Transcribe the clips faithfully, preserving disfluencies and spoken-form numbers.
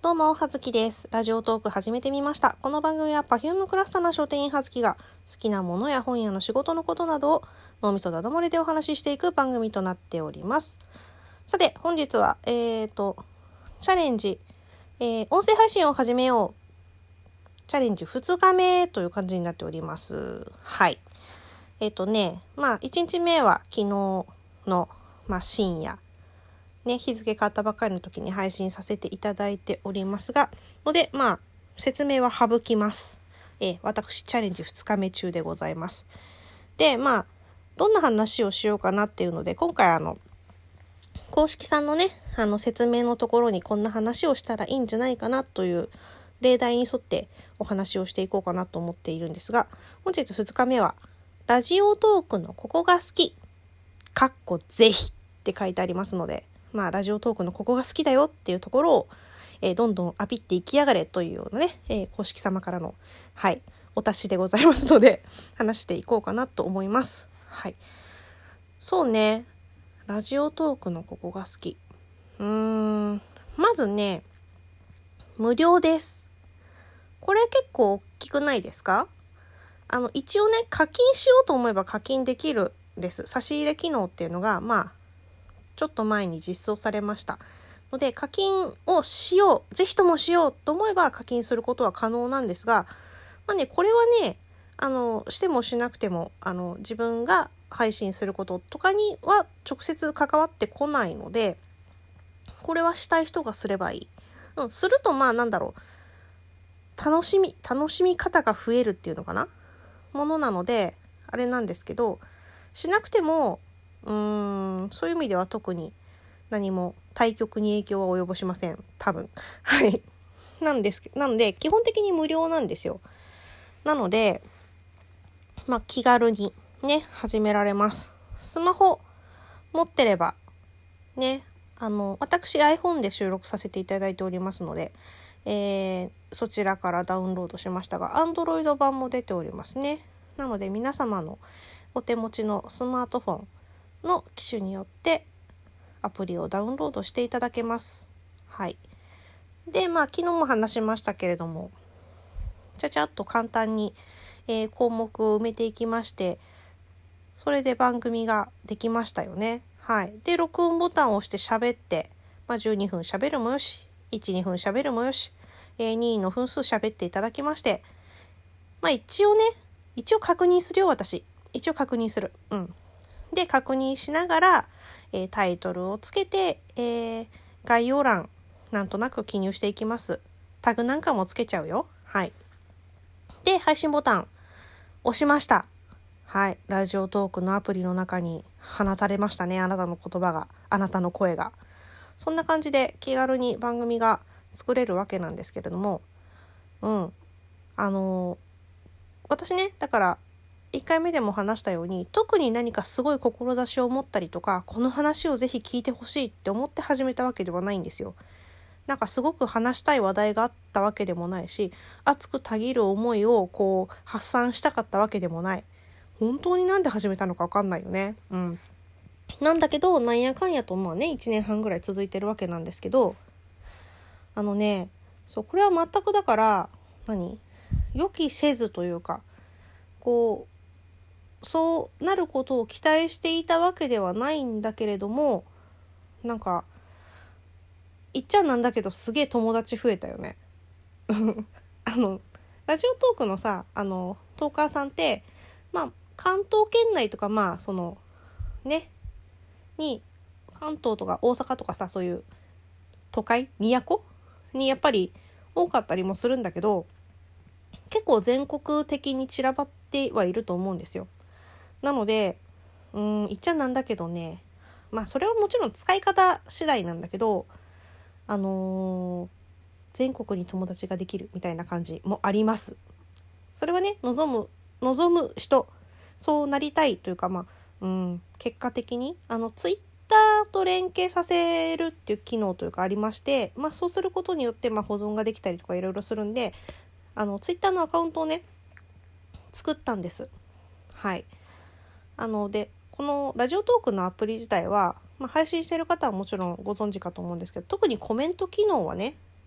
どうも、はずきです。ラジオトーク始めてみました。この番組は Perfume クラスターな書店員はずきが好きなものや本屋の仕事のことなどを脳みそだだ漏れでお話ししていく番組となっております。さて、本日は、えーと、チャレンジ、えー、音声配信を始めよう。チャレンジふつかめという感じになっております。はい。えっ、ー、とね、まあ、いちにちめは昨日の、まあ、深夜。ね、日付変わったばっかりの時に配信させていただいておりますが、ので、まあ、説明は省きます。えー、私、チャレンジふつかめ中でございます。で、まあ、どんな話をしようかなっていうので、今回あの、公式さんのね、あの、説明のところにこんな話をしたらいいんじゃないかなという例題に沿ってお話をしていこうかなと思っているんですが、本日ふつかめは、ラジオトークのここが好き、かっこぜひって書いてありますので、まあ、ラジオトークのここが好きだよっていうところを、えー、どんどんアピっていきやがれというようなね、えー、公式様からの、はい、お達しでございますので、話していこうかなと思います。はい。そうね、ラジオトークのここが好き。うーん、まずね、無料です。これ結構大きくないですか？あの、一応ね、課金しようと思えば課金できるんです。差し入れ機能っていうのが、まあ、ちょっと前に実装されましたので、課金をしよう、ぜひともしようと思えば課金することは可能なんですが、まあね、これはね、あの、してもしなくても、あの、自分が配信することとかには直接関わってこないので、これはしたい人がすればいい。うん、するとまあなんだろう、楽しみ、楽しみ方が増えるっていうのかなものなので、あれなんですけど、しなくても、うーん、そういう意味では特に何も対局に影響は及ぼしません。多分。はい。なんですけど、なので、基本的に無料なんですよ。なので、まあ、気軽にね、始められます。スマホ持ってれば、ね、あの、私 iPhone で収録させていただいておりますので、えー、そちらからダウンロードしましたが、Android 版も出ておりますね。なので、皆様のお手持ちのスマートフォンの機種によってアプリをダウンロードしていただけます。はい。で、まあ昨日も話しましたけれども、ちゃちゃっと簡単に、えー、項目を埋めていきまして、それで番組ができましたよね。はい。で、録音ボタンを押して喋って、まあじゅうにふん喋るもよし、いち、にふん喋るもよし、えー、にの分数喋っていただきまして、まあ一応ね、一応確認するよ、私。一応確認する。うん。で、確認しながら、えー、タイトルをつけて、えー、概要欄、なんとなく記入していきます。タグなんかもつけちゃうよ。はい。で、配信ボタン、押しました。はい。ラジオトークのアプリの中に放たれましたね。あなたの言葉が、あなたの声が。そんな感じで気軽に番組が作れるわけなんですけれども、うん。あのー、私ね、だから、いっかいめでも話したように、特に何かすごい志を持ったりとか、この話をぜひ聞いてほしいって思って始めたわけではないんですよ。なんかすごく話したい話題があったわけでもないし、熱くたぎる思いをこう発散したかったわけでもない。本当になんで始めたのかわかんないよね。うん。なんだけど、なんやかんやとまあね、いちねんはんぐらい続いてるわけなんですけど、あのね、そう、これは全くだから、何？予期せずというか、こう、そうなることを期待していたわけではないんだけれども、なんか言っちゃなんだけどすげえ友達増えたよね。あのラジオトークのさ、あのトーカーさんってまあ関東圏内とかまあそのねに関東とか大阪とかさ、そういう都会都にやっぱり多かったりもするんだけど、結構全国的に散らばってはいると思うんですよ。なので、うーん、言っちゃなんだけどね、まあそれはもちろん使い方次第なんだけど、あのー、全国に友達ができるみたいな感じもあります。それはね、望む、望む人、そうなりたいというか、まあ、うん、結果的に、あの、ツイッターと連携させるっていう機能というかありまして、まあそうすることによって、まあ保存ができたりとかいろいろするんで、あの、ツイッターのアカウントをね、作ったんです。はい。あのでこのラジオトークのアプリ自体は、まあ、配信している方はもちろんご存知かと思うんですけど、特にコメント機能はね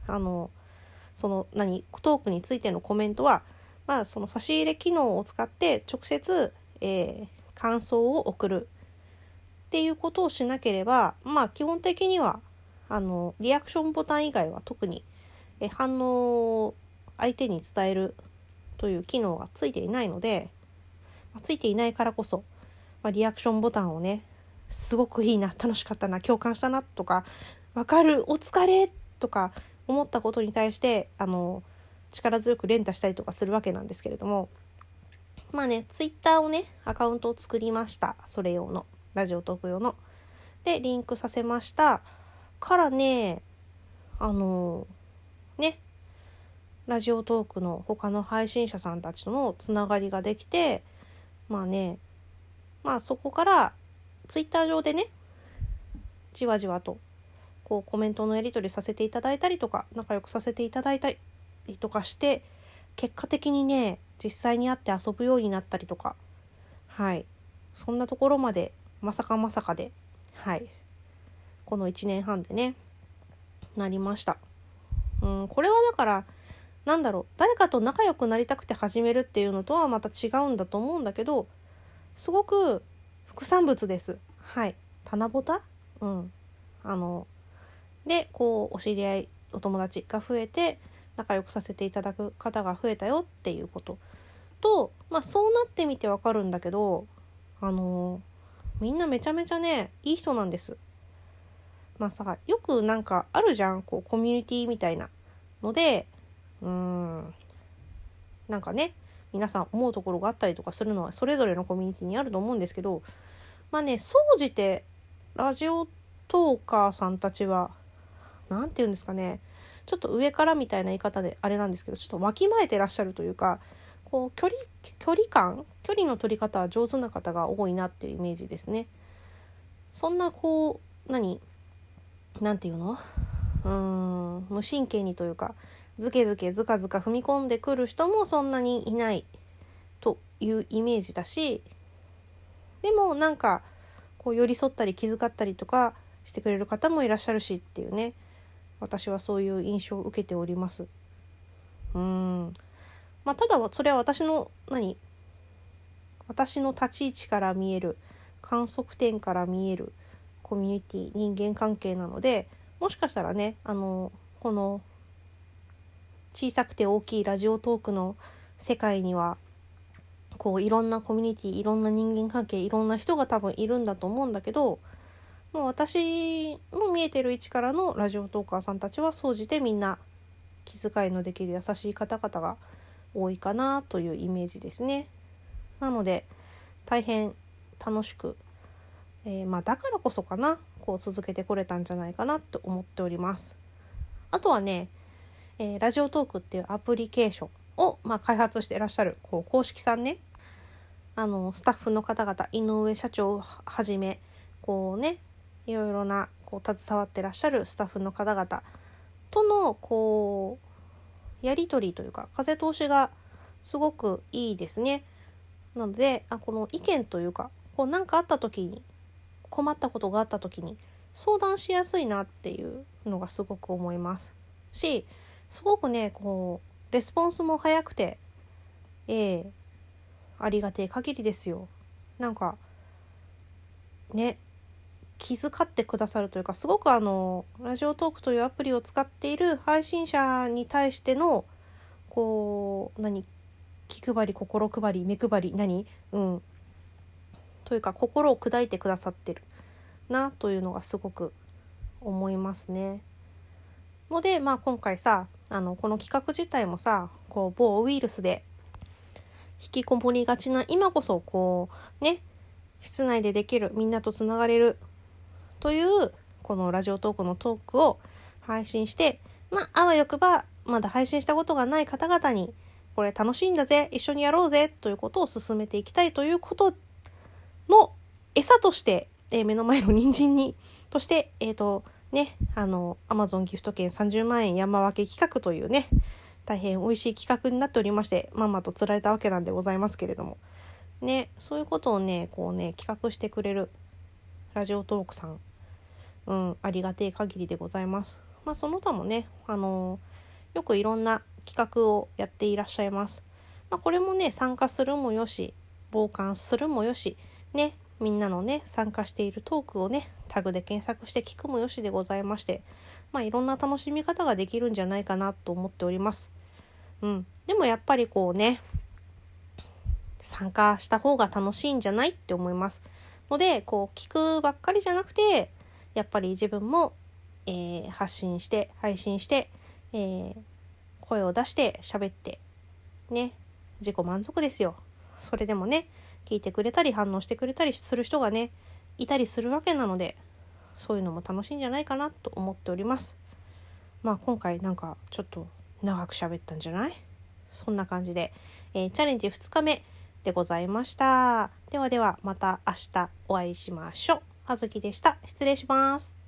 あのその何トークについてのコメントは、まあ、その差し入れ機能を使って直接、えー、感想を送るっていうことをしなければ、まあ基本的にはあのリアクションボタン以外は特にえ反応を相手に伝えるという機能がついていないので、まあ、ついていないからこそ、まあ、リアクションボタンをね、すごくいいな、楽しかったな、共感したなとか、わかる、お疲れとか思ったことに対してあの力強く連打したりとかするわけなんですけれども、まあね、ツイッターをねアカウントを作りました。それ用のラジオトーク用のでリンクさせましたからね、あのねラジオトークの他の配信者さんたちとのつながりができて、まあね、まあそこからツイッター上でねじわじわとこうコメントのやり取りさせていただいたりとか、仲良くさせていただいたりとかして、結果的にね実際に会って遊ぶようになったりとか、はい、そんなところまでまさかまさかで、はい、このいちねんはんでねなりました。うん、これはだからなんだろう、誰かと仲良くなりたくて始めるっていうのとはまた違うんだと思うんだけど、すごく副産物です。はい、棚ぼた、うん、あのでこうお知り合いお友達が増えて仲良くさせていただく方が増えたよっていうことと、まあそうなってみてわかるんだけど、あのみんなめちゃめちゃねいい人なんです。まあさ、よくなんかあるじゃん、こうコミュニティみたいなので、うーんなんかね皆さん思うところがあったりとかするのはそれぞれのコミュニティにあると思うんですけど、まあね総じてラジオトーカーさんたちはなんて言うんですかね、ちょっと上からみたいな言い方であれなんですけど、ちょっとわきまえてらっしゃるというか、こう距離距離感距離の取り方は上手な方が多いなっていうイメージですね。そんなこう何なんていうのうーん無神経にというかずけずけずかずか踏み込んでくる人もそんなにいないというイメージだし、でもなんかこう寄り添ったり気遣ったりとかしてくれる方もいらっしゃるしっていうね、私はそういう印象を受けております。うーんまあただそれは私の何私の立ち位置から見える観測点から見えるコミュニティ人間関係なので、もしかしたらねあのこの小さくて大きいラジオトークの世界にはこういろんなコミュニティいろんな人間関係いろんな人が多分いるんだと思うんだけど、もう私の見えてる位置からのラジオトーカーさんたちは総じてみんな気遣いのできる優しい方々が多いかなというイメージですね。なので大変楽しく、えー、まあだからこそかなこう続けてこれたんじゃないかなと思っております。あとはね、えー、ラジオトークっていうアプリケーションを、まあ、開発していらっしゃるこう公式さんね、あのスタッフの方々井上社長をはじめこうねいろいろなこう携わってらっしゃるスタッフの方々とのこうやり取りというか風通しがすごくいいですね。なのであこの意見というかこう何かあった時に困ったことがあった時に相談しやすいなっていうのがすごく思いますし、すごくねこうレスポンスも早くてええありがてえ限りですよ。なんかね気遣ってくださるというか、すごくあのラジオトークというアプリを使っている配信者に対してのこう何気配り心配り目配り何うんというか心を砕いてくださってるなというのがすごく思いますね。のでまあ今回さあのこの企画自体もさこう某ウイルスで引きこもりがちな今こそこうね室内でできるみんなとつながれるというこのラジオトークのトークを配信して、まああわよくばまだ配信したことがない方々にこれ楽しいんだぜ一緒にやろうぜということを進めていきたいということの餌として、えー、目の前の人参にとしてえっとねあの Amazon ギフト券さんじゅうまんえん山分け企画というね大変美味しい企画になっておりまして、まんまと釣られたわけなんでございますけれどもね、そういうことをねこうね企画してくれるラジオトークさん、うん、ありがてえ限りでございます。 まあ、その他もね、あのー、よくいろんな企画をやっていらっしゃいます。まあ、これもね、参加するもよし、傍観するもよし、ね、みんなのね、参加しているトークをね、タグで検索して聞くもよしでございまして、まあ、いろんな楽しみ方ができるんじゃないかなと思っております。うん。でもやっぱりこうね、参加した方が楽しいんじゃないって思いますので、こう聞くばっかりじゃなくて、やっぱり自分も、えー、発信して配信して、えー、声を出して喋ってね、自己満足ですよ。それでもね、聞いてくれたり反応してくれたりする人がねいたりするわけなので、そういうのも楽しいんじゃないかなと思っております。まあ今回なんかちょっと長く喋ったんじゃない？そんな感じで、えー、チャレンジふつかめでございました。ではではまた明日お会いしましょう。はずきでした。失礼します。